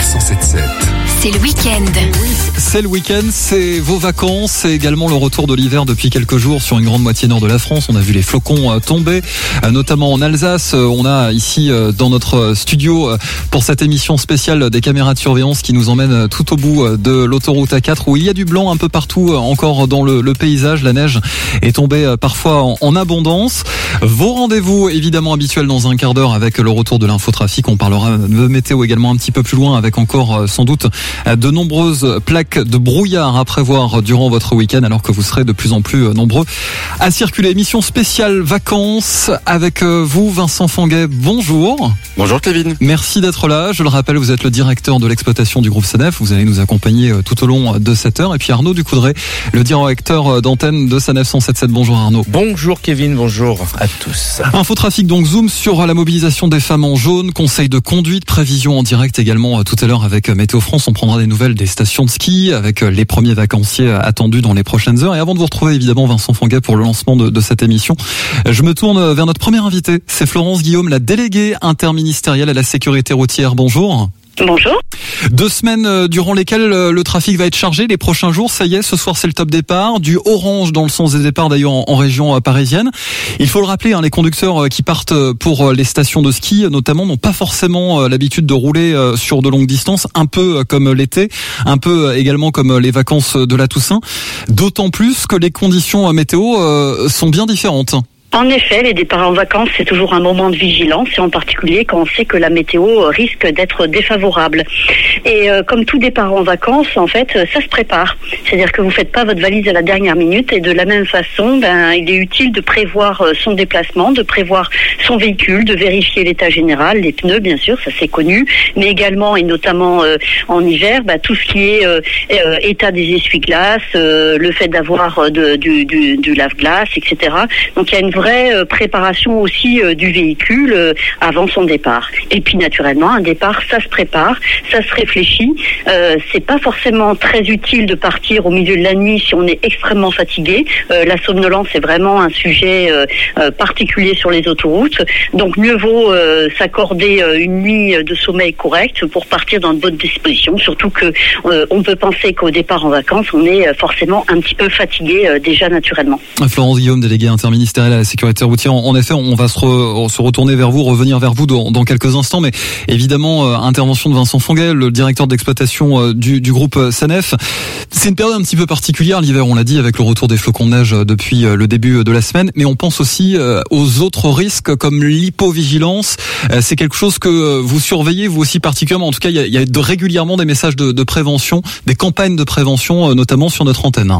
Sanef 107.7. C'est le week-end. Oui, c'est le week-end, c'est vos vacances, c'est également le retour de l'hiver depuis quelques jours sur une grande moitié nord de la France. On a vu les flocons tomber, notamment en Alsace. On a ici dans notre studio pour cette émission spéciale des caméras de surveillance qui nous emmène tout au bout de l'autoroute A4 où il y a du blanc un peu partout encore dans le paysage. La neige est tombée parfois en abondance. Vos rendez-vous évidemment habituels dans un quart d'heure avec le retour de l'infotrafic. On parlera de météo également un petit peu plus loin avec encore sans doute de nombreuses plaques de brouillard à prévoir durant votre week-end alors que vous serez de plus en plus nombreux à circuler. Émission spéciale vacances avec vous, Vincent Fanguet. Bonjour. Bonjour Kevin. Merci d'être là. Je le rappelle, vous êtes le directeur de l'exploitation du groupe Sanef. Vous allez nous accompagner tout au long de cette heure. Et puis Arnaud Ducoudray, le directeur d'antenne de Sanef 107.7. Bonjour Arnaud. Bonjour Kevin, bonjour à tous. Infotrafic donc zoom sur la mobilisation des femmes en jaune, conseil de conduite, prévision en direct également tout à l'heure avec Météo France. On prendra des nouvelles des stations de ski avec les premiers vacanciers attendus dans les prochaines heures. Et avant de vous retrouver évidemment Vincent Fanguet pour le lancement de cette émission, je me tourne vers notre première invitée. C'est Florence Guillaume, la déléguée interministérielle à la sécurité routière. Bonjour. Bonjour. 2 semaines durant lesquelles le trafic va être chargé. Les prochains jours, ça y est, ce soir c'est le top départ. Du orange dans le sens des départs d'ailleurs en région parisienne. Il faut le rappeler, les conducteurs qui partent pour les stations de ski notamment n'ont pas forcément l'habitude de rouler sur de longues distances, un peu comme l'été, un peu également comme les vacances de la Toussaint. D'autant plus que les conditions météo sont bien différentes. En effet, les départs en vacances, c'est toujours un moment de vigilance, et en particulier quand on sait que la météo risque d'être défavorable. Et comme tout départ en vacances, en fait, ça se prépare. C'est-à-dire que vous faites pas votre valise à la dernière minute, et de la même façon, il est utile de prévoir son déplacement, de prévoir son véhicule, de vérifier l'état général, les pneus, bien sûr, ça c'est connu, mais également et notamment en hiver, tout ce qui est état des essuie-glaces, le fait d'avoir du lave-glace, etc. Donc il y a une vraie préparation aussi du véhicule avant son départ. Et puis naturellement, un départ, ça se prépare, ça se réfléchit. C'est pas forcément très utile de partir au milieu de la nuit si on est extrêmement fatigué. La somnolence est vraiment un sujet particulier sur les autoroutes. Donc mieux vaut s'accorder une nuit de sommeil correcte pour partir dans de bonnes dispositions. Surtout que on peut penser qu'au départ en vacances, on est forcément un petit peu fatigué déjà naturellement. Florence Guillaume, déléguée interministérielle à la sécurité routière. En effet, on va se retourner vers vous, revenir vers vous dans quelques instants. Mais évidemment, intervention de Vincent Fanguet, le directeur d'exploitation du groupe Sanef. C'est une période un petit peu particulière, l'hiver, on l'a dit, avec le retour des flocons de neige depuis le début de la semaine. Mais on pense aussi aux autres risques comme l'hypovigilance. C'est quelque chose que vous surveillez, vous aussi particulièrement. En tout cas, il y a régulièrement des messages de prévention, des campagnes de prévention, notamment sur notre antenne.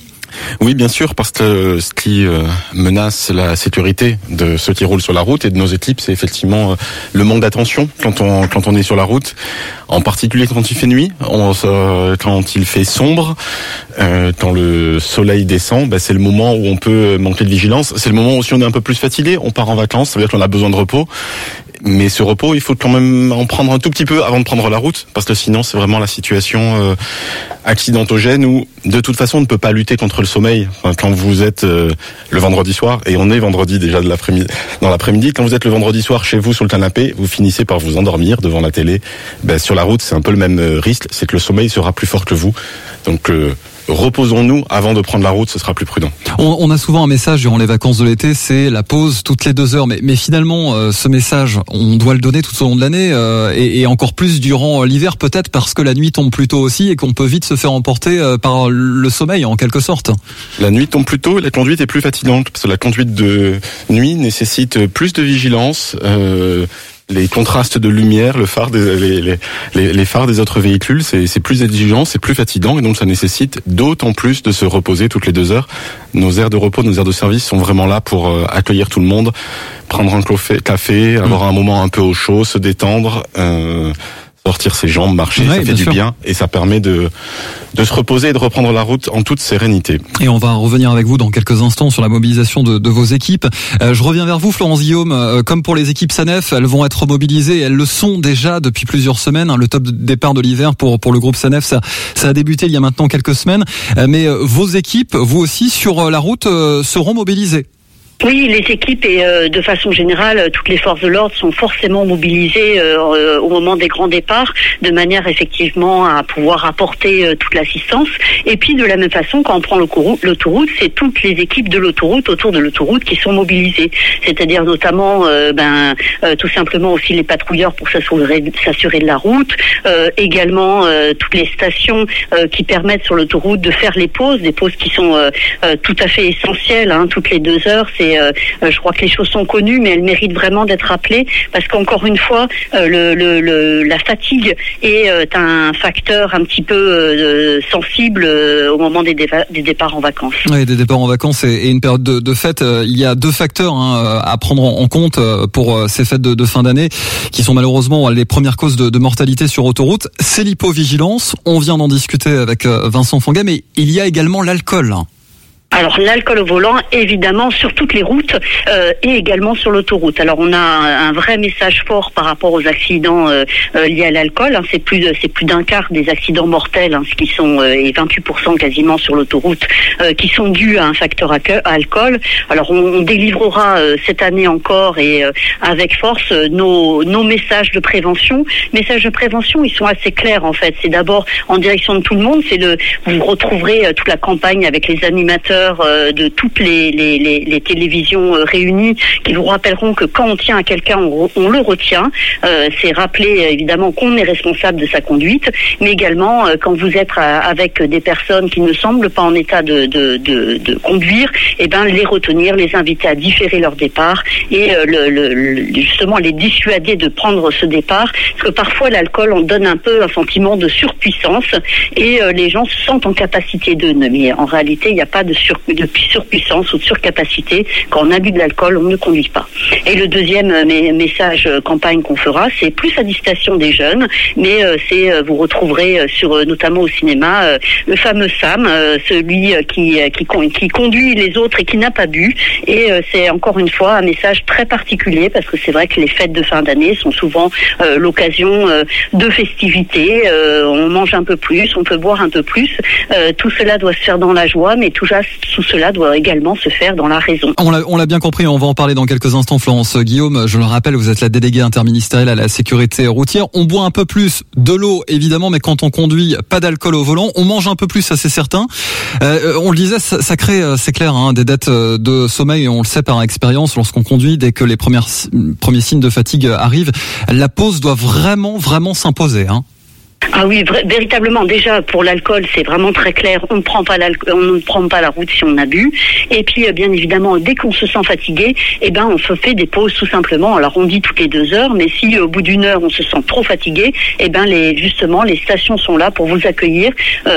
Oui, bien sûr, parce que ce qui menace la sécurité de ceux qui roulent sur la route et de nos équipes, c'est effectivement le manque d'attention quand on est sur la route, en particulier quand il fait nuit, quand il fait sombre, quand le soleil descend, c'est le moment où on peut manquer de vigilance. C'est le moment où si on est un peu plus fatigué, on part en vacances, ça veut dire qu'on a besoin de repos. Mais ce repos, il faut quand même en prendre un tout petit peu avant de prendre la route, parce que sinon c'est vraiment la situation accidentogène où de toute façon on ne peut pas lutter contre le sommeil. Quand vous êtes le vendredi soir, et on est vendredi déjà dans l'après-midi, quand vous êtes le vendredi soir chez vous sur le canapé, vous finissez par vous endormir devant la télé. Sur la route, c'est un peu le même risque, c'est que le sommeil sera plus fort que vous. Donc reposons-nous avant de prendre la route, ce sera plus prudent. On a souvent un message durant les vacances de l'été, c'est la pause toutes les 2 heures. Mais finalement, ce message, on doit le donner tout au long de l'année et encore plus durant l'hiver, peut-être parce que la nuit tombe plus tôt aussi et qu'on peut vite se faire emporter par le sommeil en quelque sorte. La nuit tombe plus tôt et la conduite est plus fatigante parce que la conduite de nuit nécessite plus de vigilance. Les contrastes de lumière, les phares des autres véhicules, c'est plus exigeant, c'est plus fatigant et donc ça nécessite d'autant plus de se reposer toutes les 2 heures. Nos aires de repos, nos aires de service sont vraiment là pour accueillir tout le monde, prendre un café, avoir un moment un peu au chaud, se détendre, sortir ses jambes, marcher, ça fait du bien et ça permet de se reposer et de reprendre la route en toute sérénité. Et on va revenir avec vous dans quelques instants sur la mobilisation de vos équipes. Je reviens vers vous, Florence Guillaume. Comme pour les équipes Sanef, elles vont être mobilisées, elles le sont déjà depuis plusieurs semaines. Le top départ de l'hiver pour le groupe Sanef, ça a débuté il y a maintenant quelques semaines. Mais vos équipes, vous aussi, sur la route, seront mobilisées. Oui, les équipes et de façon générale, toutes les forces de l'ordre sont forcément mobilisées au moment des grands départs, de manière effectivement à pouvoir apporter toute l'assistance. Et puis de la même façon, quand on prend l'autoroute, c'est toutes les équipes de l'autoroute, autour de l'autoroute, qui sont mobilisées. C'est-à-dire notamment, tout simplement aussi les patrouilleurs pour s'assurer de la route, également toutes les stations qui permettent sur l'autoroute de faire les pauses, des pauses qui sont tout à fait essentielles, toutes les 2 heures. Je crois que les choses sont connues, mais elles méritent vraiment d'être rappelées parce qu'encore une fois, la fatigue est un facteur un petit peu sensible au moment des départs en vacances. Oui, des départs en vacances et une période de fête. Il y a 2 facteurs à prendre en compte pour ces fêtes de fin d'année qui sont malheureusement les premières causes de mortalité sur autoroute. C'est l'hypovigilance. On vient d'en discuter avec Vincent Fanguet, mais il y a également l'alcool. Alors l'alcool au volant, évidemment, sur toutes les routes et également sur l'autoroute. Alors on a un vrai message fort par rapport aux accidents liés à l'alcool. C'est plus d'un quart des accidents mortels, ce qui sont et 28% quasiment sur l'autoroute, qui sont dus à un facteur alcool. Alors on délivrera cette année encore et avec force nos messages de prévention. Messages de prévention, ils sont assez clairs en fait. C'est d'abord en direction de tout le monde. Vous retrouverez toute la campagne avec les animateurs de toutes les télévisions réunies qui vous rappelleront que quand on tient à quelqu'un, on le retient. C'est rappeler évidemment qu'on est responsable de sa conduite, mais également quand vous êtes avec des personnes qui ne semblent pas en état de conduire, les retenir, les inviter à différer leur départ et justement les dissuader de prendre ce départ, parce que parfois l'alcool on donne un peu un sentiment de surpuissance et les gens se sentent en capacité d'eux, mais en réalité il n'y a pas de surpuissance ou de surcapacité. Quand on a bu de l'alcool, on ne conduit pas. Et le deuxième message campagne qu'on fera, c'est plus à destination des jeunes, mais vous retrouverez notamment au cinéma le fameux Sam, celui qui conduit les autres et qui n'a pas bu. Et c'est encore une fois un message très particulier parce que c'est vrai que les fêtes de fin d'année sont souvent l'occasion de festivités. On mange un peu plus, on peut boire un peu plus. Tout cela doit se faire dans la joie, mais tout cela doit également se faire dans la raison. On l'a bien compris, on va en parler dans quelques instants. Florence Guillaume, je le rappelle, vous êtes la déléguée interministérielle à la sécurité routière. On boit un peu plus de l'eau, évidemment, mais quand on conduit, pas d'alcool au volant. On mange un peu plus, ça c'est certain. On le disait, ça crée, c'est clair, des dettes de sommeil, on le sait par expérience, lorsqu'on conduit, dès que les premiers signes de fatigue arrivent, la pause doit vraiment s'imposer. Ah oui, véritablement. Déjà, pour l'alcool, c'est vraiment très clair. On ne prend pas la route si on a bu. Et puis, bien évidemment, dès qu'on se sent fatigué, on se fait des pauses tout simplement. Alors, on dit toutes les 2 heures, mais si au bout d'1 heure, on se sent trop fatigué, les stations sont là pour vous accueillir.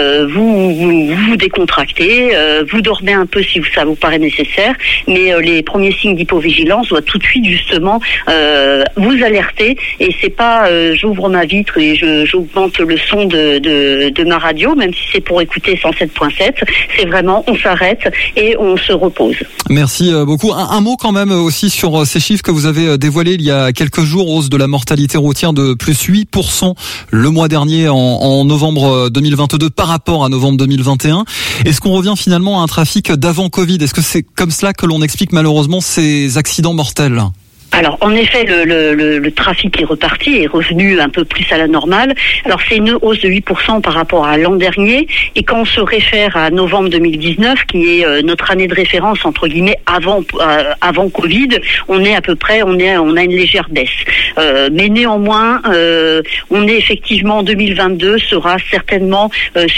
Vous décontractez, vous dormez un peu si ça vous paraît nécessaire. Mais les premiers signes d'hypovigilance doivent tout de suite, justement, vous alerter. Et c'est pas, j'ouvre ma vitre et j'augmente le son de ma radio, même si c'est pour écouter 107.7, c'est vraiment on s'arrête et on se repose. Merci beaucoup. Un mot quand même aussi sur ces chiffres que vous avez dévoilés il y a quelques jours, hausse de la mortalité routière de plus 8% le mois dernier en novembre 2022 par rapport à novembre 2021. Est-ce qu'on revient finalement à un trafic d'avant Covid? Est-ce que c'est comme cela que l'on explique malheureusement ces accidents mortels? Alors, en effet, le trafic est reparti, est revenu un peu plus à la normale. Alors, c'est une hausse de 8% par rapport à l'an dernier. Et quand on se réfère à novembre 2019, qui est notre année de référence, entre guillemets, avant Covid, on est à peu près, on a une légère baisse. Mais néanmoins, on est effectivement, en 2022, sera certainement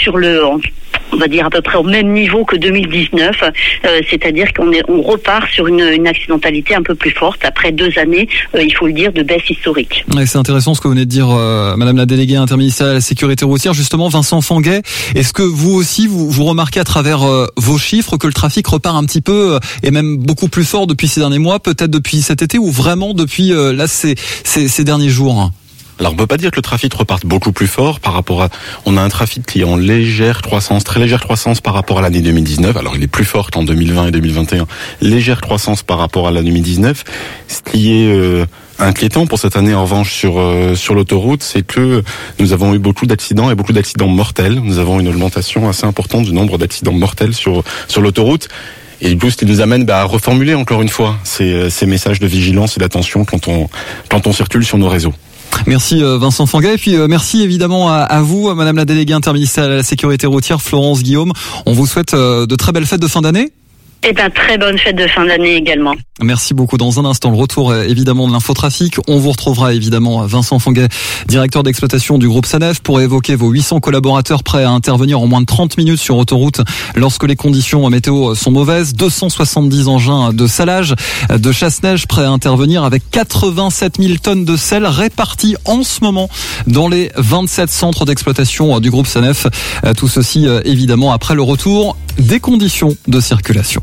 on va dire à peu près au même niveau que 2019, c'est-à-dire qu'on repart sur une accidentalité un peu plus forte après 2 années, il faut le dire, de baisse historique. Ouais, c'est intéressant ce que vous venez de dire, Madame la déléguée interministérielle à la sécurité routière. Justement, Vincent Fanguet, est-ce que vous aussi, vous remarquez à travers vos chiffres que le trafic repart un petit peu et même beaucoup plus fort depuis ces derniers mois, peut-être depuis cet été ou vraiment depuis ces derniers jours? Alors on peut pas dire que le trafic reparte beaucoup plus fort par rapport on a un trafic qui est en légère croissance, très légère croissance par rapport à l'année 2019. Alors il est plus fort qu'en 2020 et 2021. Légère croissance par rapport à l'année 2019. Ce qui est inquiétant pour cette année en revanche sur l'autoroute, c'est que nous avons eu beaucoup d'accidents et beaucoup d'accidents mortels. Nous avons une augmentation assez importante du nombre d'accidents mortels sur l'autoroute. Et du coup, ce qui nous amène à reformuler encore une fois ces messages de vigilance et d'attention quand on circule sur nos réseaux. Merci Vincent Fanguet, et puis merci évidemment à vous, Madame la déléguée interministérielle à la sécurité routière, Florence Guillaume. On vous souhaite de très belles fêtes de fin d'année. Eh bien, très bonne fête de fin d'année également. Merci beaucoup. Dans un instant, le retour évidemment de l'infotrafic. On vous retrouvera évidemment Vincent Fanguet, directeur d'exploitation du groupe SANEF, pour évoquer vos 800 collaborateurs prêts à intervenir en moins de 30 minutes sur autoroute lorsque les conditions météo sont mauvaises. 270 engins de salage, de chasse-neige prêts à intervenir avec 87 000 tonnes de sel réparties en ce moment dans les 27 centres d'exploitation du groupe SANEF. Tout ceci évidemment après le retour des conditions de circulation.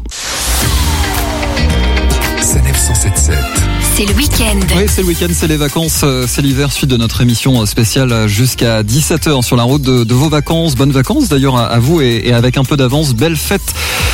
SANEF 107.7. C'est le week-end. Oui, c'est le week-end, c'est les vacances, c'est l'hiver, suite de notre émission spéciale jusqu'à 17h sur la route de vos vacances. Bonnes vacances d'ailleurs à vous et avec un peu d'avance, belle fête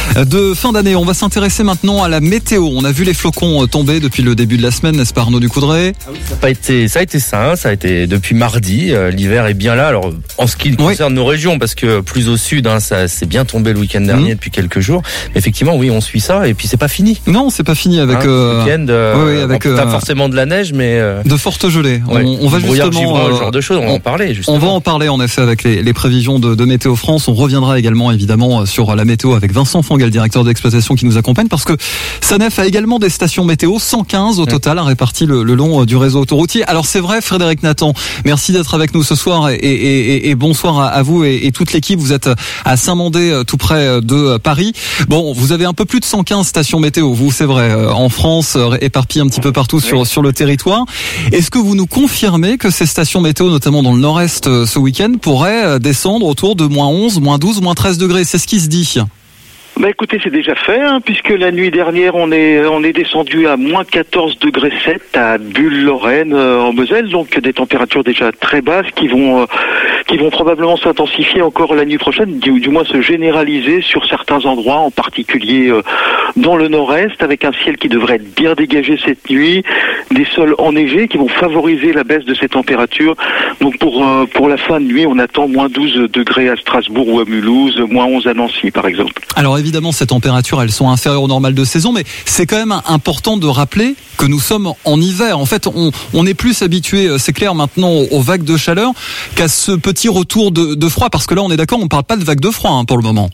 de fin d'année. On va s'intéresser maintenant à la météo. On a vu les flocons tomber depuis le début de la semaine, n'est-ce pas Arnaud Ducoudray ? Ah oui, ça a été ça a été depuis mardi. L'hiver est bien là. Alors en ce qui concerne nos régions, parce que plus au sud, ça s'est bien tombé le week-end dernier depuis quelques jours. Mais effectivement, oui, on suit ça et puis c'est pas fini. Non, c'est pas fini avec le week-end. avec pas forcément de la neige, mais de fortes gelées. On va justement ce genre de choses. On va en parler. Justement. On va en parler en effet avec les prévisions de Météo France. On reviendra également évidemment sur la météo avec Vincent Fanguet, le directeur d'exploitation qui nous accompagne, parce que SANEF a également des stations météo, 115 au total, réparties le long du réseau autoroutier. Alors c'est vrai, Frédéric Nathan, merci d'être avec nous ce soir et bonsoir à vous et toute l'équipe. Vous êtes à Saint-Mandé, tout près de Paris. Bon, vous avez un peu plus de 115 stations météo, vous, c'est vrai, en France, éparpillées un petit peu partout sur le territoire. Est-ce que vous nous confirmez que ces stations météo, notamment dans le nord-est ce week-end, pourraient descendre autour de moins 11, moins 12, moins 13 degrés? C'est ce qui se dit. Écoutez, c'est déjà fait, puisque la nuit dernière, on est descendu à moins 14 degrés 7 à Bulle-Lorraine, en Moselle, donc des températures déjà très basses qui vont probablement s'intensifier encore la nuit prochaine, du moins se généraliser sur certains endroits, en particulier dans le nord-est, avec un ciel qui devrait être bien dégagé cette nuit, des sols enneigés qui vont favoriser la baisse de ces températures. Donc pour la fin de nuit, on attend moins 12 degrés à Strasbourg ou à Mulhouse, moins 11 à Nancy, par exemple. Alors évidemment, ces températures, elles sont inférieures au normal de saison, mais c'est quand même important de rappeler que nous sommes en hiver. En fait, on est plus habitué, c'est clair, maintenant aux vagues de chaleur qu'à ce petit retour de froid, parce que là, on est d'accord, on parle pas de vague de froid pour le moment.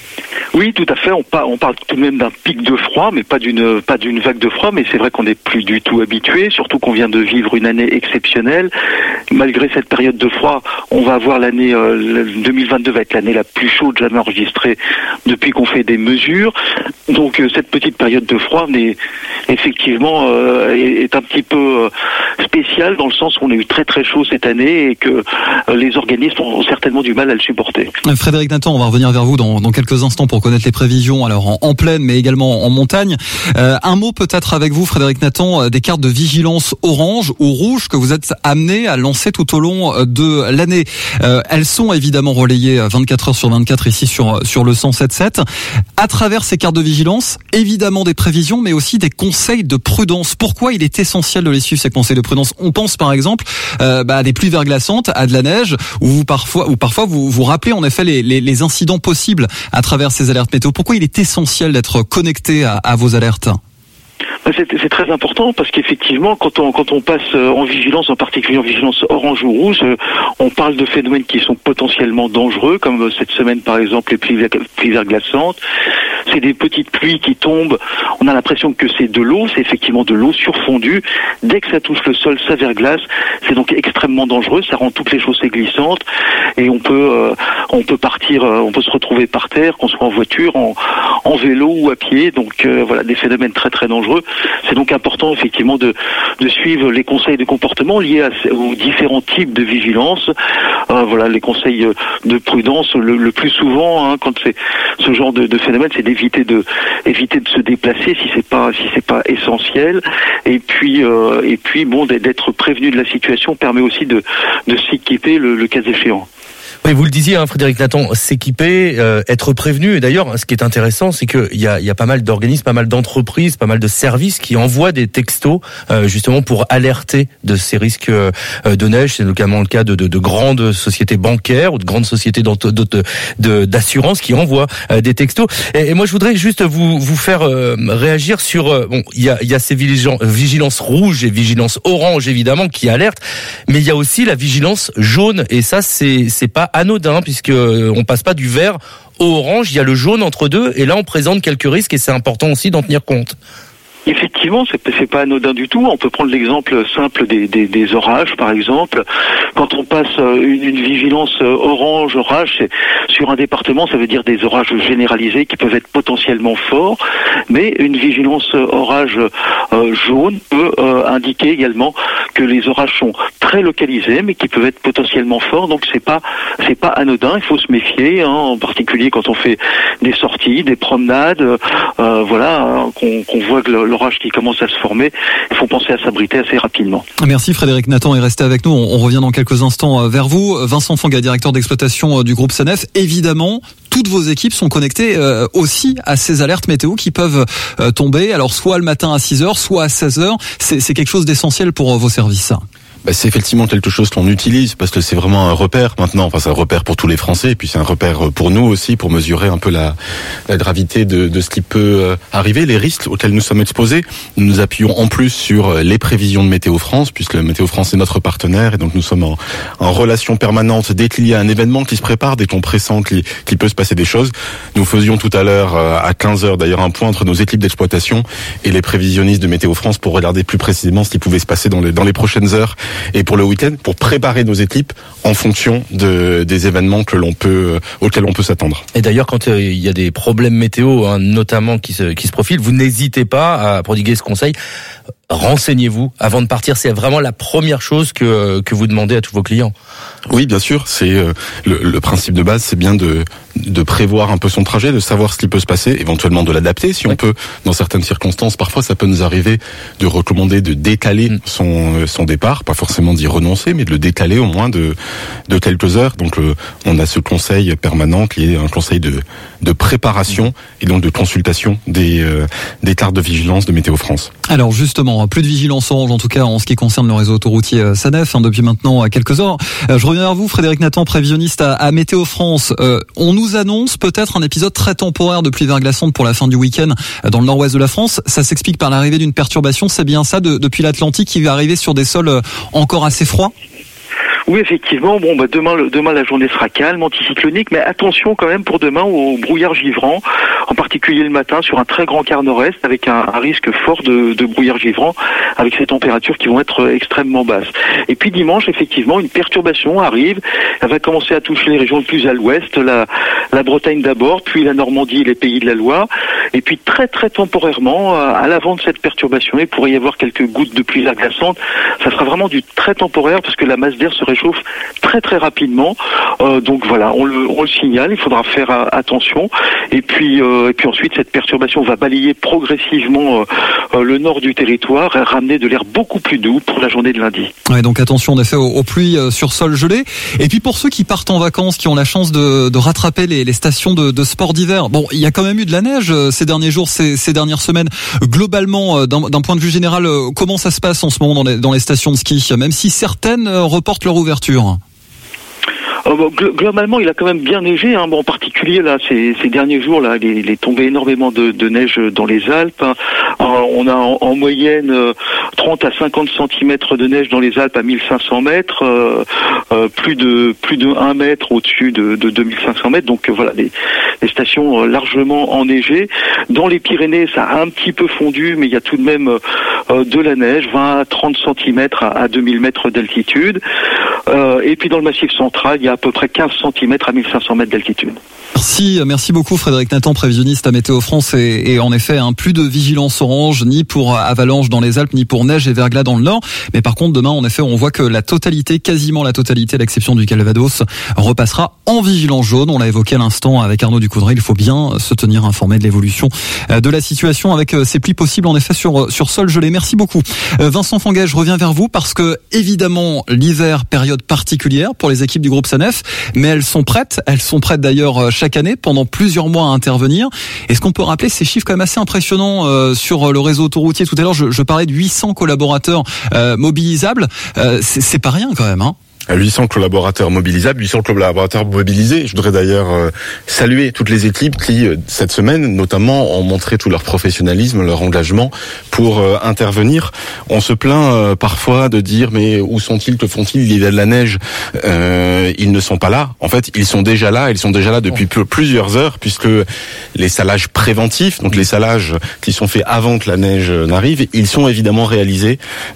Oui, tout à fait. On parle tout de même d'un pic de froid, mais pas d'une vague de froid. Mais c'est vrai qu'on n'est plus du tout habitué, surtout qu'on vient de vivre une année exceptionnelle. Malgré cette période de froid, on va avoir l'année 2022 va être l'année la plus chaude jamais enregistrée depuis qu'on fait des mesures. Donc cette petite période de froid, effectivement, est un petit peu spéciale dans le sens où on a eu très très chaud cette année et que les organismes ont certainement du mal à le supporter. Frédéric Nathan, on va revenir vers vous dans quelques instants pour connaître les prévisions, alors en plaine mais également en montagne. Un mot peut-être avec vous, Frédéric Nathan, des cartes de vigilance orange ou rouge que vous êtes amené à lancer tout au long de l'année. Elles sont évidemment relayées 24 heures sur 24 ici sur le 107.7. À travers ces cartes de vigilance, évidemment des prévisions, mais aussi des conseils de prudence. Pourquoi il est essentiel de les suivre, ces conseils de prudence? On pense par exemple à des pluies verglaçantes, à de la neige, ou parfois vous rappelez en effet les incidents possibles à travers ces alertes météo. Pourquoi il est essentiel d'être connecté à vos alertes? C'est très important parce qu'effectivement, quand on passe en vigilance, en particulier en vigilance orange ou rouge, on parle de phénomènes qui sont potentiellement dangereux, comme cette semaine par exemple les pluies verglaçantes. C'est des petites pluies qui tombent. On a l'impression que c'est de l'eau, c'est effectivement de l'eau surfondue. Dès que ça touche le sol, ça verglace. C'est donc extrêmement dangereux. Ça rend toutes les chaussées glissantes et on peut partir, on peut se retrouver par terre, qu'on soit en voiture, en vélo ou à pied. Donc voilà, des phénomènes très très dangereux. C'est donc important effectivement de suivre les conseils de comportement liés aux différents types de vigilance. Voilà, les conseils de prudence le plus souvent quand c'est ce genre de phénomène, c'est d'éviter de se déplacer si c'est pas essentiel. Et puis d'être prévenu de la situation permet aussi de s'équiper le cas échéant. Oui, vous le disiez, Frédéric Nathan, s'équiper, être prévenu. Et d'ailleurs, ce qui est intéressant, c'est qu'il y a pas mal d'organismes, pas mal d'entreprises, pas mal de services qui envoient des textos justement pour alerter de ces risques de neige. C'est notamment le cas de grandes sociétés bancaires ou de grandes sociétés d'assurance qui envoient des textos. Et moi, je voudrais juste vous faire réagir sur... il y a ces vigilances rouges et vigilances orange, évidemment, qui alertent. Mais il y a aussi la vigilance jaune. Et ça, c'est pas anodin, puisque on passe pas du vert au orange, il y a le jaune entre deux, et là on présente quelques risques et c'est important aussi d'en tenir compte. Effectivement, c'est pas anodin du tout. On peut prendre l'exemple simple des orages, par exemple. Quand on passe une vigilance orage, c'est sur un département, ça veut dire des orages généralisés qui peuvent être potentiellement forts. Mais une vigilance orage jaune peut indiquer également que les orages sont très localisés, mais qui peuvent être potentiellement forts. Donc c'est pas anodin. Il faut se méfier, en particulier quand on fait des sorties, des promenades, qu'on voit que l'orage qui commence à se former, il faut penser à s'abriter assez rapidement. Merci Frédéric Nathan et restez avec nous. On revient dans quelques instants vers vous. Vincent Fonga, directeur d'exploitation du groupe SANEF. Évidemment, toutes vos équipes sont connectées aussi à ces alertes météo qui peuvent tomber. Alors soit le matin à 6h, soit à 16h. C'est quelque chose d'essentiel pour vos services. C'est effectivement quelque chose qu'on utilise parce que c'est vraiment un repère maintenant. Enfin, c'est un repère pour tous les Français et puis c'est un repère pour nous aussi pour mesurer un peu la gravité de ce qui peut arriver, les risques auxquels nous sommes exposés. Nous nous appuyons en plus sur les prévisions de Météo France puisque Météo France est notre partenaire et donc nous sommes en relation permanente dès qu'il y a un événement qui se prépare, dès qu'on pressent qu'il peut se passer des choses. Nous faisions tout à l'heure à 15h d'ailleurs un point entre nos équipes d'exploitation et les prévisionnistes de Météo France pour regarder plus précisément ce qui pouvait se passer dans les prochaines heures. Et pour le week-end, pour préparer nos équipes en fonction des événements auxquels on peut s'attendre. Et d'ailleurs, quand il y a des problèmes météo, notamment qui se profilent, vous n'hésitez pas à prodiguer ce conseil. Renseignez-vous avant de partir. C'est vraiment la première chose que vous demandez à tous vos clients. Oui, bien sûr. C'est le principe de base, c'est bien de prévoir un peu son trajet, de savoir ce qui peut se passer, éventuellement de l'adapter si on peut. Dans certaines circonstances, parfois, ça peut nous arriver de recommander de décaler son départ, pas forcément d'y renoncer, mais de le décaler au moins de quelques heures. Donc, on a ce conseil permanent qui est un conseil de préparation et donc de consultation des cartes de vigilance de Météo France. Alors justement, plus de vigilance orange en tout cas en ce qui concerne le réseau autoroutier SANEF depuis maintenant quelques heures. Je reviens vers vous, Frédéric Nathan, prévisionniste à Météo France. On nous annonce peut-être un épisode très temporaire de pluie verglaçante pour la fin du week-end dans le nord-ouest de la France. Ça s'explique par l'arrivée d'une perturbation, c'est bien ça, depuis l'Atlantique qui va arriver sur des sols encore assez froids ? Oui, effectivement. Demain la journée sera calme, anticyclonique, mais attention quand même pour demain au brouillard givrant, en particulier le matin sur un très grand quart nord-est avec un risque fort de brouillard givrant avec ces températures qui vont être extrêmement basses. Et puis dimanche, effectivement, une perturbation arrive. Elle va commencer à toucher les régions le plus à l'ouest, la Bretagne d'abord, puis la Normandie et les pays de la Loire. Et puis très très temporairement, à l'avant de cette perturbation, il pourrait y avoir quelques gouttes de pluie verglaçante. Ça sera vraiment du très temporaire parce que la masse d'air se réchauffe très très rapidement. Donc voilà, on le signale, il faudra faire attention. Et puis ensuite, cette perturbation va balayer progressivement le nord du territoire et ramener de l'air beaucoup plus doux pour la journée de lundi. Ouais, donc attention en effet aux pluies sur sol gelé. Et puis pour ceux qui partent en vacances, qui ont la chance de rattraper les stations de sport d'hiver, bon, il y a quand même eu de la neige ces derniers jours, ces dernières semaines. Globalement, d'un point de vue général, comment ça se passe en ce moment dans les stations de ski, même si certaines reportent leur ouverture? Globalement, il a quand même bien neigé. En particulier là, ces derniers jours là, il est tombé énormément de neige dans les Alpes. On a en moyenne 30 à 50 cm de neige dans les Alpes à 1500 mètres, plus de 1 mètre au-dessus de 2500 mètres. Donc voilà, les stations largement enneigées. Dans les Pyrénées, ça a un petit peu fondu, mais il y a tout de même de la neige, 20 à 30 cm à 2000 mètres d'altitude. Et puis dans le Massif central, il y a à peu près 15 cm à 1500 mètres d'altitude. Merci beaucoup Frédéric Nathan, prévisionniste à Météo France et en effet plus de vigilance orange ni pour avalanche dans les Alpes ni pour neige et verglas dans le Nord. Mais par contre demain en effet on voit que quasiment la totalité, à l'exception du Calvados, repassera en vigilance jaune. On l'a évoqué à l'instant avec Arnaud Ducoudray, il faut bien se tenir informé de l'évolution de la situation avec ces pluies possibles en effet sur sol gelé. Merci beaucoup. Vincent Fonga, je reviens vers vous parce que évidemment l'hiver, période particulière particulière pour les équipes du groupe Sanef, mais elles sont prêtes d'ailleurs chaque année pendant plusieurs mois à intervenir. Est-ce qu'on peut rappeler ces chiffres quand même assez impressionnants sur le réseau autoroutier? Tout à l'heure, je parlais de 800 collaborateurs mobilisables. C'est pas rien quand même, hein. 800 collaborateurs mobilisables, 800 collaborateurs mobilisés. Je voudrais d'ailleurs saluer toutes les équipes qui, cette semaine, notamment, ont montré tout leur professionnalisme, leur engagement pour intervenir. On se plaint parfois de dire « mais où sont-ils, que font-ils, il y a de la neige ?» Ils ne sont pas là. En fait, ils sont déjà là depuis plusieurs heures, puisque les salages préventifs, donc les salages qui sont faits avant que la neige n'arrive, ils sont évidemment réalisés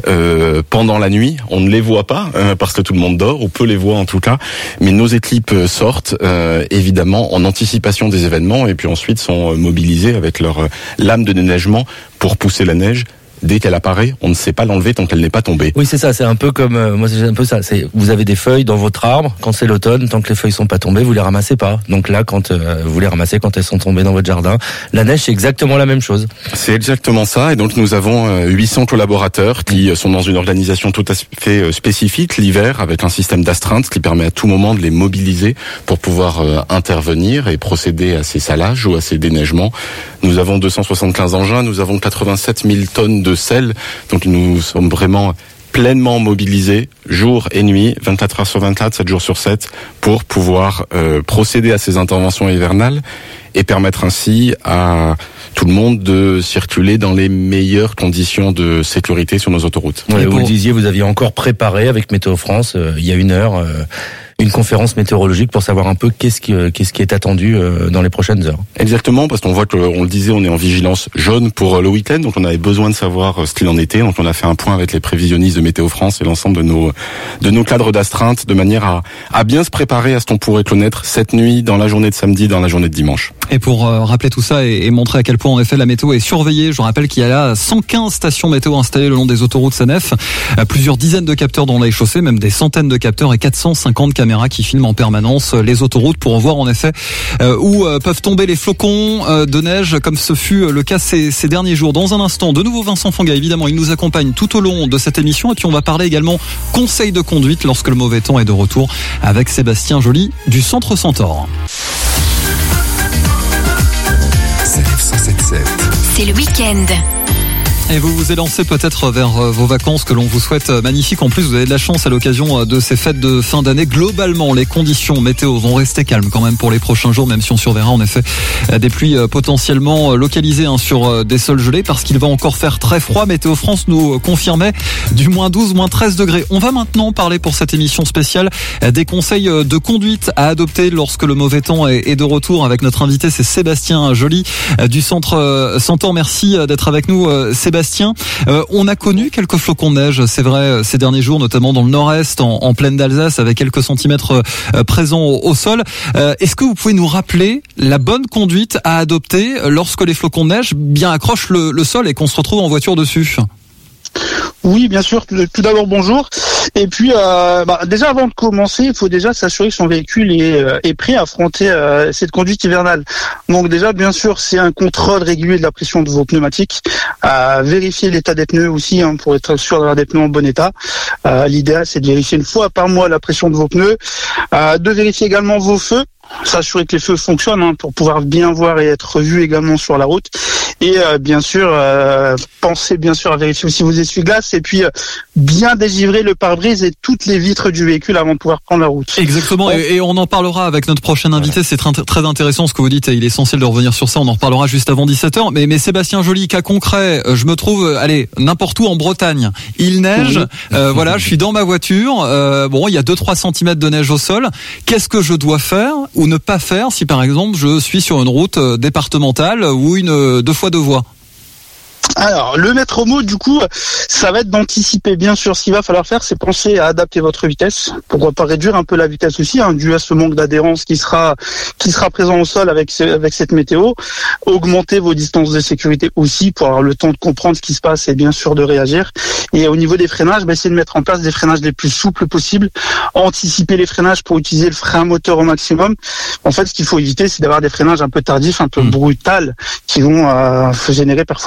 pendant la nuit. On ne les voit pas, parce que tout le monde dort, ou peu les voit en tout cas, mais nos équipes sortent évidemment en anticipation des événements et puis ensuite sont mobilisées avec leur lame de déneigement pour pousser la neige. Dès qu'elle apparaît, on ne sait pas l'enlever tant qu'elle n'est pas tombée. Oui, c'est ça. C'est un peu comme moi, c'est un peu ça. C'est vous avez des feuilles dans votre arbre. Quand c'est l'automne, tant que les feuilles sont pas tombées, vous les ramassez pas. Donc là, quand vous les ramassez quand elles sont tombées dans votre jardin, la neige, c'est exactement la même chose. C'est exactement ça. Et donc nous avons 800 collaborateurs qui sont dans une organisation tout à fait spécifique l'hiver, avec un système d'astreinte qui permet à tout moment de les mobiliser pour pouvoir intervenir et procéder à ces salages ou à ces déneigements. Nous avons 275 engins, nous avons 87 000 tonnes de sel, donc nous sommes vraiment pleinement mobilisés, jour et nuit, 24 heures sur 24, 7 jours sur 7, pour pouvoir procéder à ces interventions hivernales et permettre ainsi à tout le monde de circuler dans les meilleures conditions de sécurité sur nos autoroutes. Ouais, vous le disiez, vous aviez encore préparé avec Météo France, il y a une heure, une conférence météorologique pour savoir un peu qu'est-ce qui est attendu dans les prochaines heures. Exactement, parce qu'on voit on le disait, on est en vigilance jaune pour le week-end, donc on avait besoin de savoir ce qu'il en était. Donc on a fait un point avec les prévisionnistes de Météo France et l'ensemble de nos cadres d'astreinte, de manière à bien se préparer à ce qu'on pourrait connaître cette nuit, dans la journée de samedi, dans la journée de dimanche. Et pour rappeler tout ça et montrer à quel point en effet la météo est surveillée, je rappelle qu'il y a là 115 stations météo installées le long des autoroutes Sanef, plusieurs dizaines de capteurs dans les chaussées, même des centaines de capteurs et 450 caméras qui filment en permanence les autoroutes pour en voir en effet où peuvent tomber les flocons de neige, comme ce fut le cas ces derniers jours. Dans un instant, de nouveau Vincent Fanga, évidemment, il nous accompagne tout au long de cette émission, et puis on va parler également conseils de conduite lorsque le mauvais temps est de retour avec Sébastien Joly du Centre Centaure. C'est le week-end. Et vous vous élancez peut-être vers vos vacances que l'on vous souhaite magnifiques. En plus, vous avez de la chance à l'occasion de ces fêtes de fin d'année. Globalement, les conditions météo vont rester calmes quand même pour les prochains jours, même si on surveillera en effet des pluies potentiellement localisées sur des sols gelés, parce qu'il va encore faire très froid. Météo France nous confirmait du moins 12, moins 13 degrés. On va maintenant parler pour cette émission spéciale des conseils de conduite à adopter lorsque le mauvais temps est de retour. Avec notre invité, c'est Sébastien Joly du Centre Centaure. Merci d'être avec nous, Sébastien. On a connu quelques flocons de neige, c'est vrai, ces derniers jours, notamment dans le nord-est, en plaine d'Alsace, avec quelques centimètres présents au sol. Est-ce que vous pouvez nous rappeler la bonne conduite à adopter lorsque les flocons de neige bien accrochent le sol et qu'on se retrouve en voiture dessus ? Oui, bien sûr. Tout d'abord, bonjour. Et puis, déjà, avant de commencer, il faut déjà s'assurer que son véhicule est prêt à affronter cette conduite hivernale. Donc déjà, bien sûr, c'est un contrôle régulier de la pression de vos pneumatiques. Vérifier l'état des pneus aussi, pour être sûr d'avoir des pneus en bon état. L'idéal, c'est de vérifier une fois par mois la pression de vos pneus. De vérifier également vos feux. S'assurer que les feux fonctionnent pour pouvoir bien voir et être vus également sur la route. Et bien sûr, pensez bien sûr à vérifier aussi vos essuie-glaces et puis bien dégivrer le pare-brise et toutes les vitres du véhicule avant de pouvoir prendre la route. Exactement, et on en parlera avec notre prochain invité. C'est très intéressant ce que vous dites et il est essentiel de revenir sur ça. On en reparlera juste avant 17h. Mais Sébastien Joly, cas concret, je me trouve, n'importe où en Bretagne. Il neige, voilà, je suis dans ma voiture. Il y a 2-3 cm de neige au sol. Qu'est-ce que je dois faire ou ne pas faire si par exemple je suis sur une route départementale ou une 2 fois 2 voies? Alors, le maître mot, du coup, ça va être d'anticiper. Bien sûr, ce qu'il va falloir faire, c'est penser à adapter votre vitesse. Pourquoi pas réduire un peu la vitesse aussi, dû à ce manque d'adhérence qui sera présent au sol avec cette météo. Augmenter vos distances de sécurité aussi pour avoir le temps de comprendre ce qui se passe et bien sûr de réagir. Et au niveau des freinages, essayer de mettre en place des freinages les plus souples possibles. Anticiper les freinages pour utiliser le frein moteur au maximum. En fait, ce qu'il faut éviter, c'est d'avoir des freinages un peu tardifs, un peu brutals, qui vont générer parfois des pertes d'adhérence.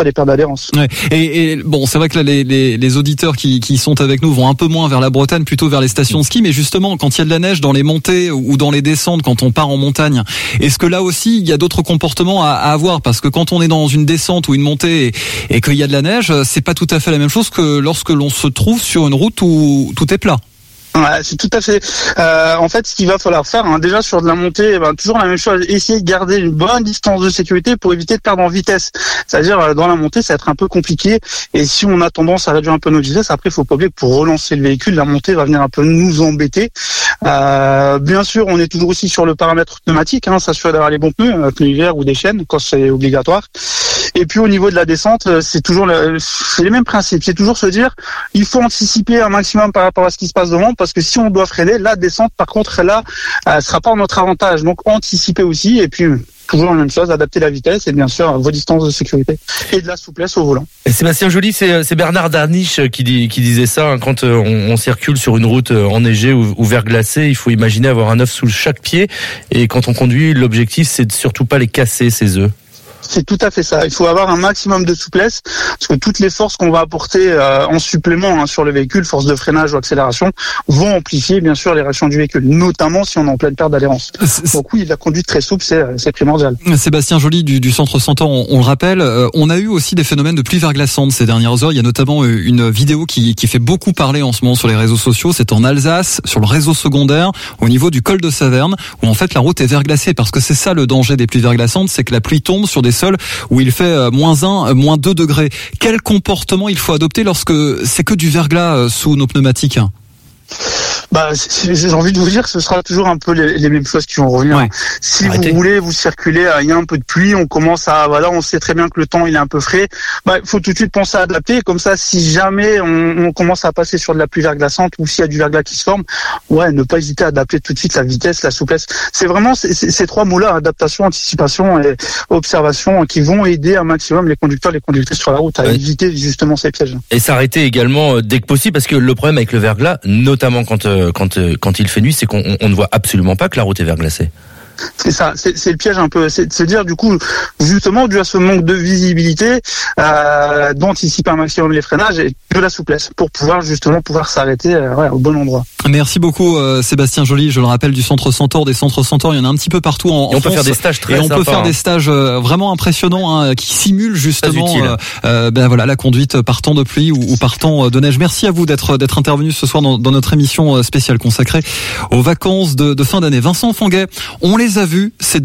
d'adhérence. Ouais. Et bon, c'est vrai que là, les auditeurs qui sont avec nous vont un peu moins vers la Bretagne, plutôt vers les stations de ski, mais justement, quand il y a de la neige dans les montées ou dans les descentes, quand on part en montagne, est-ce que là aussi, il y a d'autres comportements à avoir? Parce que quand on est dans une descente ou une montée et qu'il y a de la neige, c'est pas tout à fait la même chose que lorsque l'on se trouve sur une route où tout est plat. Ouais, c'est tout à fait. En fait, ce qu'il va falloir faire, déjà sur de la montée, toujours la même chose, essayer de garder une bonne distance de sécurité pour éviter de perdre en vitesse. C'est-à-dire, dans la montée, ça va être un peu compliqué. Et si on a tendance à réduire un peu nos vitesses, après, il faut pas oublier que pour relancer le véhicule, la montée va venir un peu nous embêter. Bien sûr, on est toujours aussi sur le paramètre pneumatique, s'assurer d'avoir les bons pneus hiver ou des chaînes quand c'est obligatoire. Et puis au niveau de la descente, c'est les mêmes principes. C'est toujours se dire, il faut anticiper un maximum par rapport à ce qui se passe devant, parce que si on doit freiner, la descente, par contre, là, sera pas en notre avantage. Donc anticiper aussi, et puis toujours la même chose, adapter la vitesse et bien sûr vos distances de sécurité et de la souplesse au volant. Et Sébastien Joly, c'est Bernard Darniche qui disait ça, quand on circule sur une route enneigée ou verglacée, il faut imaginer avoir un œuf sous chaque pied, et quand on conduit, l'objectif c'est de surtout pas les casser, ces œufs. C'est tout à fait ça. Il faut avoir un maximum de souplesse, parce que toutes les forces qu'on va apporter en supplément sur le véhicule, force de freinage ou accélération, vont amplifier bien sûr les réactions du véhicule, notamment si on est en pleine perte d'adhérence. Donc oui, la conduite très souple, c'est primordial. Sébastien Joly du Centre Centaure, on le rappelle, on a eu aussi des phénomènes de pluie verglaçante ces dernières heures. Il y a notamment une vidéo qui fait beaucoup parler en ce moment sur les réseaux sociaux. C'est en Alsace, sur le réseau secondaire, au niveau du col de Saverne, où en fait la route est verglacée, parce que c'est ça le danger des pluies verglaçantes, c'est que la pluie tombe sur des sols où il fait -1, -2 degrés. Quel comportement il faut adopter lorsque c'est que du verglas sous nos pneumatiques? J'ai envie de vous dire que ce sera toujours un peu les mêmes choses qui vont revenir. Ouais. Si vous voulez vous circuler, il y a un peu de pluie, on commence on sait très bien que le temps il est un peu frais. Il faut tout de suite penser à adapter. Comme ça, si jamais on commence à passer sur de la pluie verglaçante ou s'il y a du verglas qui se forme, ne pas hésiter à adapter tout de suite la vitesse, la souplesse. C'est vraiment ces trois mots-là, adaptation, anticipation et observation, qui vont aider un maximum les conducteurs, les conductrices sur la route à éviter justement ces pièges. Et s'arrêter également dès que possible, parce que le problème avec le verglas, notamment quand il fait nuit, c'est qu'on ne voit absolument pas que la route est verglacée. C'est ça, c'est le piège un peu, c'est de se dire du coup, justement, dû à ce manque de visibilité, d'anticiper un maximum les freinages et de la souplesse pour pouvoir s'arrêter au bon endroit. Merci beaucoup Sébastien Joly, je le rappelle, du Centre Centaure, des Centres Centaures, il y en a un petit peu partout en France. On peut faire des stages très sympas. Et on peut faire des stages vraiment impressionnants qui simulent justement la conduite par temps de pluie ou par temps de neige. Merci à vous d'être intervenu ce soir dans notre émission spéciale consacrée aux vacances de fin d'année. Vincent Fanguet, on les a vus, ces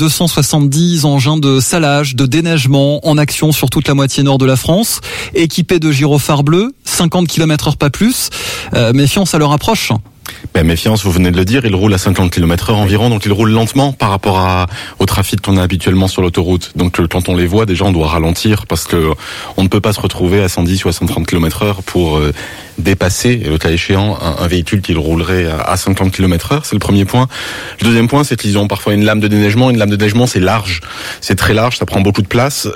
270 engins de salage, de déneigement en action sur toute la moitié nord de la France, équipés de gyrophares bleus, 50 km/h pas plus. Méfiance à leur approche. Méfiance, vous venez de le dire, il roule à 50 km/h environ, donc il roule lentement par rapport au trafic qu'on a habituellement sur l'autoroute. Donc quand on les voit, déjà on doit ralentir, parce que on ne peut pas se retrouver à 110 ou à 130 km/h pour dépasser, le cas échéant, un véhicule qui roulerait à 50 km/h. C'est le premier point. Le deuxième point, c'est qu'ils ont parfois une lame de déneigement. Une lame de déneigement, c'est large. C'est très large, ça prend beaucoup de place.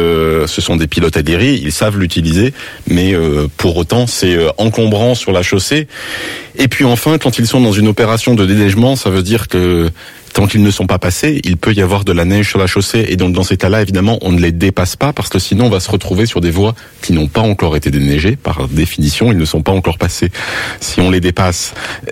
Ce sont des pilotes aguerris, ils savent l'utiliser, mais pour autant, c'est encombrant sur la chaussée. Et puis enfin, quand ils sont dans une opération de déneigement, ça veut dire que tant qu'ils ne sont pas passés, il peut y avoir de la neige sur la chaussée. Et donc dans ces cas-là, évidemment, on ne les dépasse pas, parce que sinon on va se retrouver sur des voies qui n'ont pas encore été déneigées. Par définition, ils ne sont pas encore passés si on les dépasse.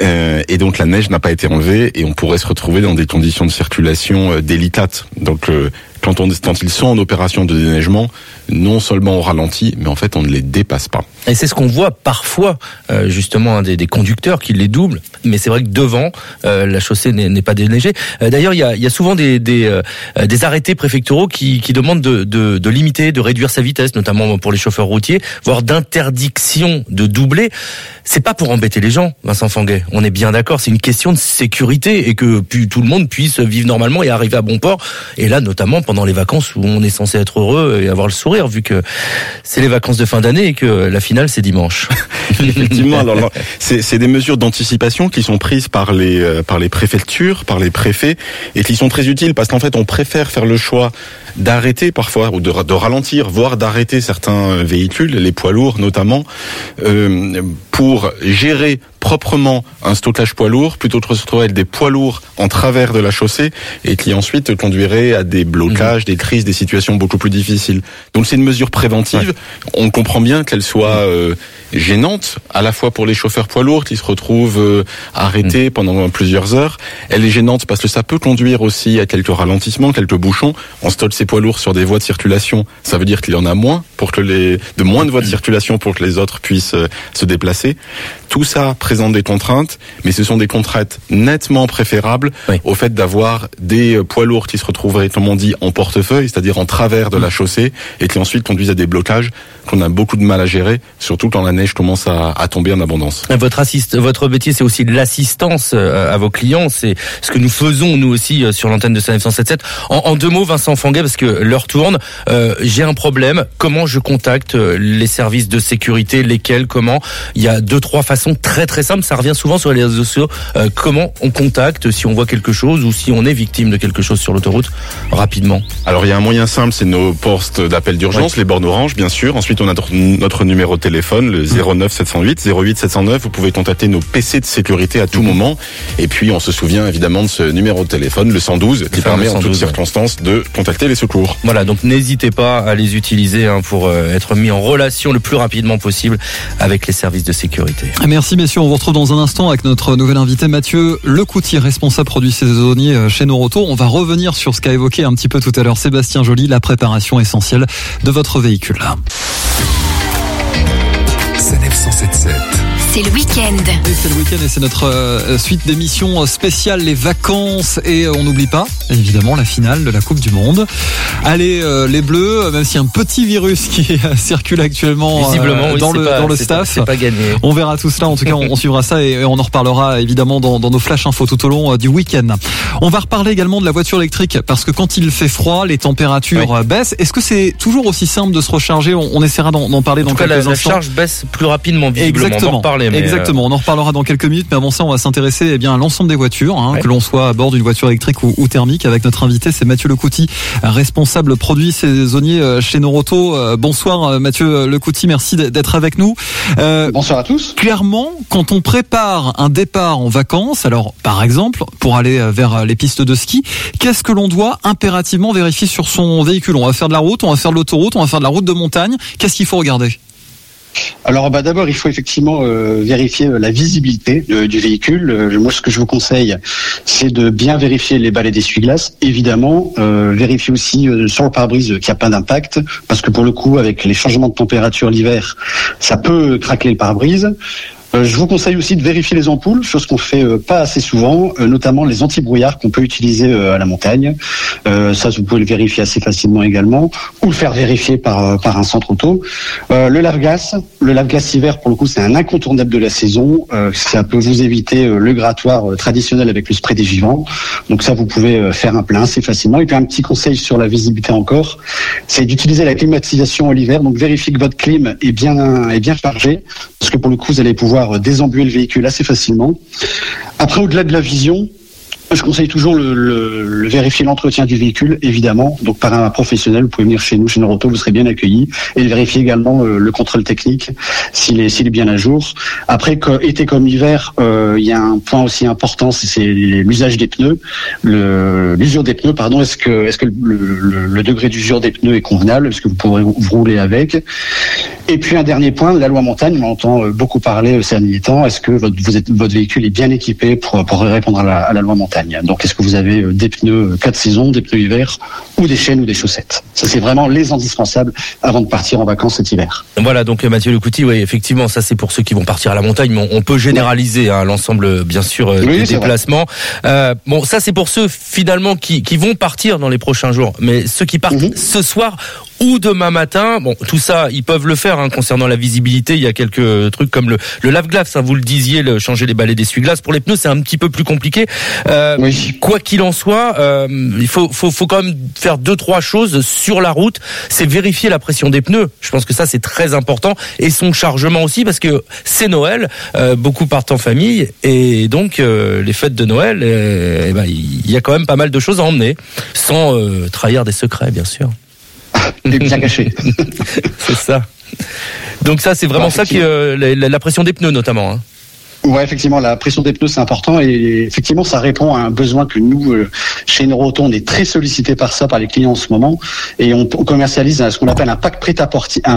Et donc la neige n'a pas été enlevée et on pourrait se retrouver dans des conditions de circulation délicates. Donc quand ils sont en opération de déneigement, non seulement on ralentit, mais en fait on ne les dépasse pas. Et c'est ce qu'on voit parfois, justement, des conducteurs qui les doublent. Mais c'est vrai que devant, la chaussée n'est pas déneigée. D'ailleurs, il y a souvent des arrêtés préfectoraux qui demandent de limiter, de réduire sa vitesse, notamment pour les chauffeurs routiers, voire d'interdiction de doubler. C'est pas pour embêter les gens, Vincent Fanguet. On est bien d'accord, c'est une question de sécurité et que tout le monde puisse vivre normalement et arriver à bon port. Et là, notamment pendant les vacances où on est censé être heureux et avoir le sourire, vu que c'est les vacances de fin d'année et que la finale c'est dimanche. Effectivement, alors c'est des mesures d'anticipation qui sont prises par les préfectures, par les préfets, et qui sont très utiles, parce qu'en fait on préfère faire le choix d'arrêter parfois, ou de ralentir, voire d'arrêter certains véhicules, les poids lourds notamment, pour gérer proprement un stockage poids lourd plutôt que de se retrouver avec des poids lourds en travers de la chaussée et qui ensuite conduirait à des blocages, des crises, des situations beaucoup plus difficiles. Donc c'est une mesure préventive. On comprend bien qu'elle soit gênante, à la fois pour les chauffeurs poids lourds qui se retrouvent arrêtés pendant plusieurs heures. Elle est gênante parce que ça peut conduire aussi à quelques ralentissements, quelques bouchons. On stocke ces poids lourds sur des voies de circulation. Ça veut dire qu'il y en a moins moins de voies de circulation pour que les autres puissent se déplacer. Tout ça présente des contraintes, mais ce sont des contraintes nettement préférables au fait d'avoir des poids lourds qui se retrouveraient, comme on dit, en portefeuille, c'est-à-dire en travers de la chaussée, et qui ensuite conduisent à des blocages qu'on a beaucoup de mal à gérer, surtout quand la neige commence à tomber en abondance. Votre métier, c'est aussi de l'assistance à vos clients. C'est ce que nous faisons, nous aussi, sur l'antenne de Sanef 107.7. En 2 mots, Vincent Fanguet, parce que l'heure tourne, j'ai un problème. Comment je contacte les services de sécurité, lesquels, comment? Il y a 2-3 façons très très simples. Ça revient souvent sur les réseaux sociaux. Comment on contacte si on voit quelque chose ou si on est victime de quelque chose sur l'autoroute, rapidement? Alors, il y a un moyen simple, c'est nos postes d'appel d'urgence, les bornes orange, bien sûr. Ensuite, on a notre numéro de téléphone, le 09 708 08 709. Vous pouvez contacter nos PC de sécurité à tout moment. Et puis, on se souvient évidemment de ce numéro de téléphone, le 112, qui permet en toutes circonstances de contacter les secours. Voilà, donc n'hésitez pas à les utiliser pour être mis en relation le plus rapidement possible avec les services de sécurité. Merci messieurs, on vous retrouve dans un instant avec notre nouvel invité Mathieu Lecoutier, responsable produit saisonnier chez Noroto. On va revenir sur ce qu'a évoqué un petit peu tout à l'heure Sébastien Joly, la préparation essentielle de votre véhicule. Sanef 107.7. C'est le week-end. Et c'est le week-end et c'est notre suite d'émissions spéciales, les vacances. Et on n'oublie pas, évidemment, la finale de la Coupe du Monde. Allez, les Bleus, même s'il y a un petit virus qui circule actuellement dans le staff. C'est pas gagné. On verra tout cela. En tout cas, on suivra ça et on en reparlera évidemment dans nos flash infos tout au long du week-end. On va reparler également de la voiture électrique parce que quand il fait froid, les températures baissent. Est-ce que c'est toujours aussi simple de se recharger? On essaiera d'en parler dans quelques instants. La charge baisse plus rapidement, visiblement. Exactement. On va en reparler. Exactement, on en reparlera dans quelques minutes, mais avant ça, on va s'intéresser à l'ensemble des voitures, que l'on soit à bord d'une voiture électrique ou thermique. Avec notre invité, c'est Mathieu Lecoutier, responsable produit saisonnier chez Noroto. Bonsoir Mathieu Lecoutier, merci d'être avec nous. Bonsoir à tous. Clairement, quand on prépare un départ en vacances, alors par exemple, pour aller vers les pistes de ski, qu'est-ce que l'on doit impérativement vérifier sur son véhicule? On va faire de la route, on va faire de l'autoroute, on va faire de la route de montagne. Qu'est-ce qu'il faut regarder? Alors d'abord, il faut effectivement vérifier la visibilité du véhicule. Moi, ce que je vous conseille, c'est de bien vérifier les balais d'essuie-glace. Évidemment, vérifier aussi sur le pare-brise qu'il n'y a pas d'impact, parce que pour le coup, avec les changements de température l'hiver, ça peut craquer le pare-brise. Je vous conseille aussi de vérifier les ampoules, chose qu'on fait pas assez souvent, notamment les anti-brouillards qu'on peut utiliser à la montagne. Ça, vous pouvez le vérifier assez facilement également, ou le faire vérifier par un centre auto. Le lave-glace hiver, pour le coup, c'est un incontournable de la saison. Ça peut vous éviter le grattoir traditionnel avec le spray dégivant. Donc ça, vous pouvez faire un plein assez facilement. Et puis un petit conseil sur la visibilité encore, c'est d'utiliser la climatisation à l'hiver. Donc vérifiez que votre clim est bien chargée, parce que pour le coup, vous allez pouvoir désembuer le véhicule assez facilement. Après, au-delà de la vision, je conseille toujours le vérifier l'entretien du véhicule, évidemment. Donc par un professionnel, vous pouvez venir chez nous, chez Noroto, vous serez bien accueillis. Et vérifier également le contrôle technique, s'il est bien à jour. Après, été comme hiver, il y a un point aussi important, c'est l'usage des pneus. L'usure des pneus, pardon. Est-ce que le degré d'usure des pneus est convenable? Est-ce que vous pourrez vous rouler avec? Et puis un dernier point, la loi montagne, on entend beaucoup parler ces derniers temps. Est-ce que votre véhicule est bien équipé pour répondre à la loi montagne? Donc, est-ce que vous avez des pneus 4 saisons, des pneus hiver, ou des chaînes ou des chaussettes? Ça, c'est vraiment les indispensables avant de partir en vacances cet hiver. Voilà, donc Mathieu Lecoutier, oui, effectivement, ça c'est pour ceux qui vont partir à la montagne, mais on peut généraliser l'ensemble, bien sûr, des déplacements. Bon, ça c'est pour ceux finalement qui vont partir dans les prochains jours, mais ceux qui partent ce soir ou demain matin, bon, tout ça, ils peuvent le faire concernant la visibilité. Il y a quelques trucs comme le lave-glace, vous le disiez, changer les balais d'essuie-glace. Pour les pneus, c'est un petit peu plus compliqué. Quoi qu'il en soit, il faut quand même faire 2-3 choses sur la route. C'est vérifier la pression des pneus. Je pense que ça, c'est très important. Et son chargement aussi, parce que c'est Noël. Beaucoup partent en famille. Et donc, les fêtes de Noël, il y a quand même pas mal de choses à emmener. Sans trahir des secrets, bien sûr. Et bien caché. C'est ça. Donc ça, c'est vraiment ça qui la pression des pneus notamment. Ouais, effectivement, la pression des pneus, c'est important et effectivement, ça répond à un besoin que nous, chez Neuroauto, on est très sollicités par ça, par les clients en ce moment, et on commercialise ce qu'on appelle un pack prêt à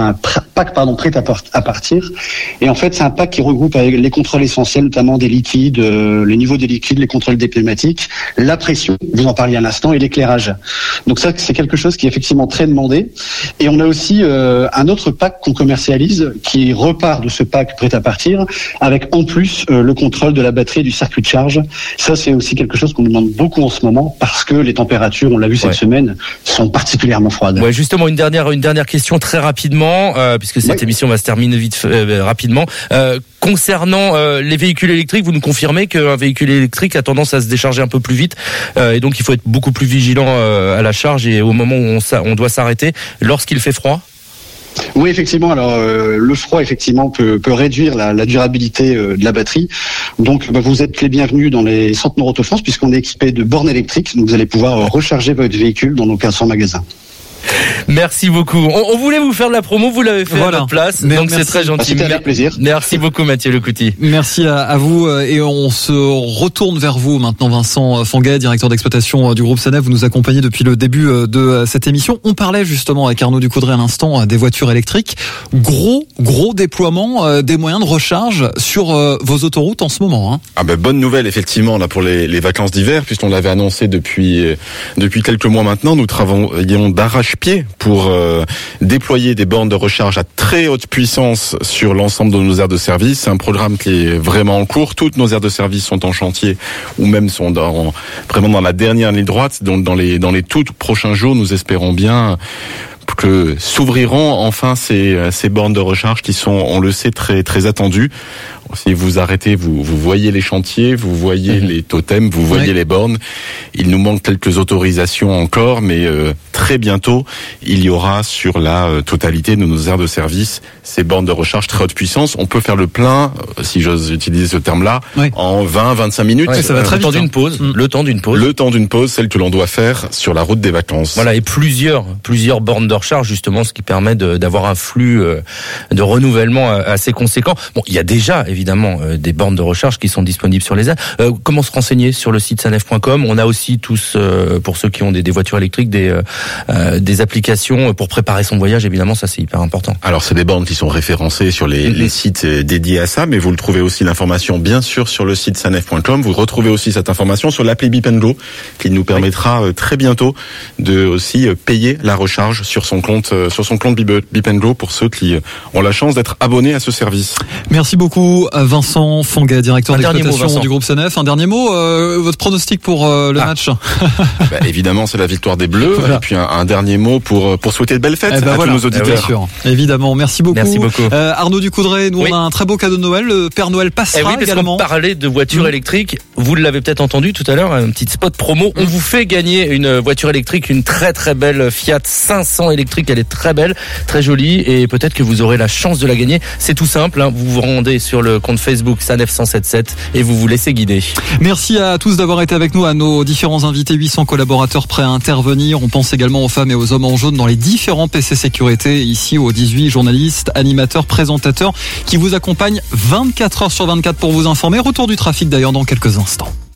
partir. Et en fait, c'est un pack qui regroupe avec les contrôles essentiels, notamment des liquides, les niveaux des liquides, les contrôles des pneumatiques, la pression, vous en parliez à l'instant, et l'éclairage. Donc ça, c'est quelque chose qui est effectivement très demandé. Et on a aussi un autre pack qu'on commercialise qui repart de ce pack prêt à partir, avec en plus le contrôle de la batterie et du circuit de charge. Ça, c'est aussi quelque chose qu'on nous demande beaucoup en ce moment parce que les températures, on l'a vu cette semaine, sont particulièrement froides. Ouais, justement, une dernière question très rapidement, puisque cette émission va se terminer rapidement. Concernant les véhicules électriques, vous nous confirmez qu'un véhicule électrique a tendance à se décharger un peu plus vite, et donc il faut être beaucoup plus vigilant à la charge et au moment où on doit s'arrêter lorsqu'il fait froid? Oui, effectivement. Alors, le froid, effectivement, peut réduire la durabilité de la batterie. Donc, vous êtes les bienvenus dans les centres Neuroauto France, puisqu'on est équipé de bornes électriques. Donc, vous allez pouvoir recharger votre véhicule dans nos 400 magasins. Merci beaucoup. On voulait vous faire de la promo, vous l'avez fait à notre place, donc c'est très gentil. C'était avec plaisir. Merci beaucoup Mathieu Lecouty. Merci à vous et on se retourne vers vous maintenant, Vincent Fanguet, directeur d'exploitation du groupe SANEF. Vous nous accompagnez depuis le début de cette émission. On parlait justement avec Arnaud Ducoudray à l'instant des voitures électriques. Gros déploiement des moyens de recharge sur vos autoroutes en ce moment. Hein. Ah ben bonne nouvelle effectivement là pour les vacances d'hiver, puisqu'on l'avait annoncé depuis quelques mois maintenant. Nous travaillons d'arrache-pied pour déployer des bornes de recharge à très haute puissance sur l'ensemble de nos aires de service. C'est un programme qui est vraiment en cours. Toutes nos aires de service sont en chantier ou même sont vraiment dans la dernière ligne droite. Donc dans les tout prochains jours, nous espérons bien que s'ouvriront enfin ces bornes de recharge qui sont, on le sait, très très attendues. Si vous arrêtez, vous voyez les chantiers, vous voyez les totems, vous voyez les bornes. Il nous manque quelques autorisations encore, mais très bientôt, il y aura sur la totalité de nos aires de service ces bornes de recharge très haute puissance. On peut faire le plein, si j'ose utiliser ce terme-là, en 20-25 minutes. Ouais, ça va très vite. Le temps d'une pause, celle que l'on doit faire sur la route des vacances. Voilà, et plusieurs bornes de recharge, justement, ce qui permet d'avoir un flux de renouvellement assez conséquent. Bon, il y a déjà, évidemment, des bornes de recharge qui sont disponibles sur les aires. Comment se renseigner sur le site sanef.com? On a aussi tous, pour ceux qui ont des voitures électriques, des applications pour préparer son voyage. Évidemment, ça c'est hyper important. Alors, c'est des bornes qui sont référencées sur les sites dédiés à ça, mais vous le trouvez aussi l'information, bien sûr, sur le site sanef.com. Vous retrouvez aussi cette information sur l'appli Bip & Go, qui nous permettra très bientôt de aussi payer la recharge sur son compte Bip & Go pour ceux qui ont la chance d'être abonnés à ce service. Merci beaucoup Vincent Fanguet, directeur d'exploitation du groupe SANEF. Un dernier mot, votre pronostic pour le match? Évidemment, c'est la victoire des Bleus. Voilà. Et puis un dernier mot pour souhaiter de belles fêtes à tous nos auditeurs. Bien sûr. Évidemment, merci beaucoup. Arnaud Ducoudray, nous on a un très beau cadeau de Noël. Le Père Noël passera également. On parlait de voitures électriques. Vous l'avez peut-être entendu tout à l'heure, un petit spot promo. On vous fait gagner une voiture électrique, une très très belle Fiat 500 électrique. Elle est très belle, très jolie, et peut-être que vous aurez la chance de la gagner. C'est tout simple. Vous vous rendez sur le compte Facebook SANEF 1077 et vous vous laissez guider. Merci à tous d'avoir été avec nous, à nos différents invités, 800 collaborateurs prêts à intervenir. On pense également aux femmes et aux hommes en jaune dans les différents PC sécurité, ici aux 18 journalistes, animateurs, présentateurs qui vous accompagnent 24 heures sur 24 pour vous informer. Retour du trafic d'ailleurs dans quelques instants.